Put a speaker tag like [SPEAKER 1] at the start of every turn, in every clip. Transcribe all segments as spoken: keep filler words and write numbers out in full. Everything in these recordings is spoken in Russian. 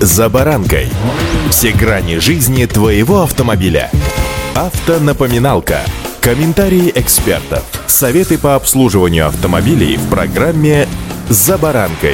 [SPEAKER 1] «За баранкой». Все грани жизни твоего автомобиля. Автонапоминалка. Комментарии экспертов. Советы по обслуживанию автомобилей в программе «За баранкой».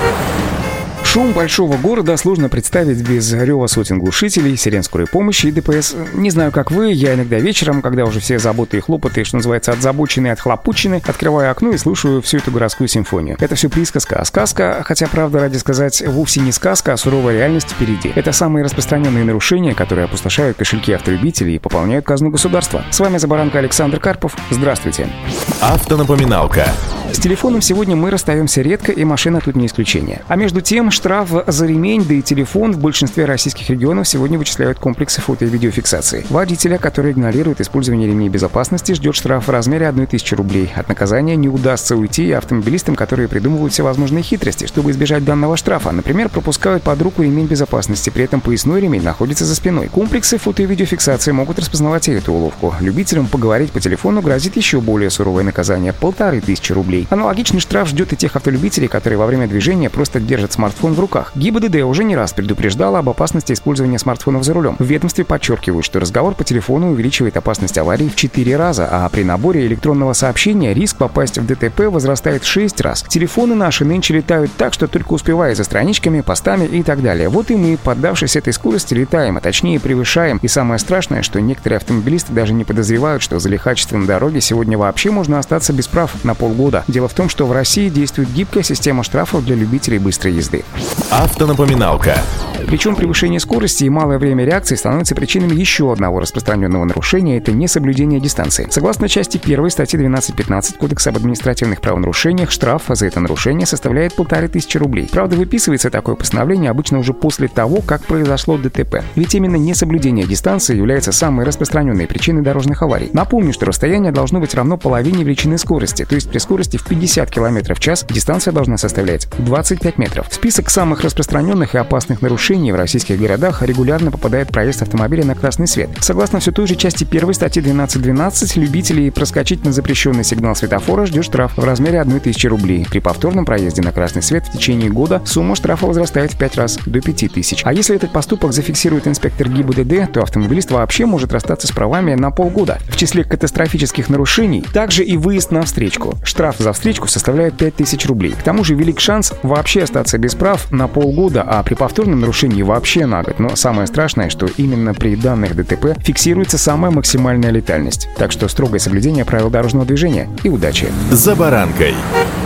[SPEAKER 2] Шум большого города сложно представить без рева сотен глушителей, сирен скорой помощи и ДПС. Не знаю, как вы, я иногда вечером, когда уже все заботы и хлопоты, что называется, отзабочены и отхлопучены, открываю окно и слушаю всю эту городскую симфонию. Это все присказка, а сказка, хотя, правда, ради сказать, вовсе не сказка, а суровая реальность впереди. Это самые распространенные нарушения, которые опустошают кошельки автолюбителей и пополняют казну государства. С вами «За баранкой» Александр Карпов. Здравствуйте.
[SPEAKER 1] Автонапоминалка.
[SPEAKER 2] С телефоном сегодня мы расстаемся редко, и машина тут не исключение. А между тем, штраф за ремень, да и телефон в большинстве российских регионов сегодня вычисляют комплексы фото- и видеофиксации. Водителя, который игнорирует использование ремней безопасности, ждет штраф в размере одной тысячи рублей. От наказания не удастся уйти и автомобилистам, которые придумывают всевозможные хитрости, чтобы избежать данного штрафа. Например, пропускают под руку ремень безопасности, при этом поясной ремень находится за спиной. Комплексы фото- и видеофиксации могут распознавать и эту уловку. Любителям поговорить по телефону грозит еще более суровое наказание – полторы тысячи рублей. Аналогичный штраф ждет и тех автолюбителей, которые во время движения просто держат смартфон в руках. ГИБДД уже не раз предупреждала об опасности использования смартфонов за рулем. В ведомстве подчеркивают, что разговор по телефону увеличивает опасность аварий в четыре раза, а при наборе электронного сообщения риск попасть в ДТП возрастает в шесть раз. Телефоны наши нынче летают так, что только успевая за страничками, постами и так далее. Вот и мы, поддавшись этой скорости, летаем, а точнее превышаем. И самое страшное, что некоторые автомобилисты даже не подозревают, что за лихачество на дороге сегодня вообще можно остаться без прав на полгода. Дело в том, что в России действует гибкая система штрафов для любителей быстрой езды.
[SPEAKER 1] Автонапоминалка.
[SPEAKER 2] Причем превышение скорости и малое время реакции становятся причинами еще одного распространенного нарушения – это несоблюдение дистанции. Согласно части первой статьи двенадцать пятнадцать Кодекса об административных правонарушениях, штраф за это нарушение составляет полторы тысячи рублей. Правда, выписывается такое постановление обычно уже после того, как произошло ДТП. Ведь именно несоблюдение дистанции является самой распространенной причиной дорожных аварий. Напомню, что расстояние должно быть равно половине величины скорости, то есть при скорости в пятьдесят километров в час дистанция должна составлять двадцать пять метров. В список самых распространенных и опасных нарушений в российских городах регулярно попадает проезд автомобиля на красный свет. Согласно все той же части первой статьи двенадцать двенадцать, любителей проскочить на запрещенный сигнал светофора ждет штраф в размере одной тысячи рублей. При повторном проезде на красный свет в течение года сумма штрафа возрастает в пять раз до пяти тысяч. А если этот поступок зафиксирует инспектор ГИБДД, то автомобилист вообще может расстаться с правами на полгода. В числе катастрофических нарушений также и выезд на встречку. Штраф за встречку составляет пять тысяч рублей. К тому же велик шанс вообще остаться без прав на полгода, а при повторном нарушении вообще на год. Но самое страшное, что именно при данных ДТП фиксируется самая максимальная летальность. Так что строгое соблюдение правил дорожного движения и удачи.
[SPEAKER 1] «За баранкой».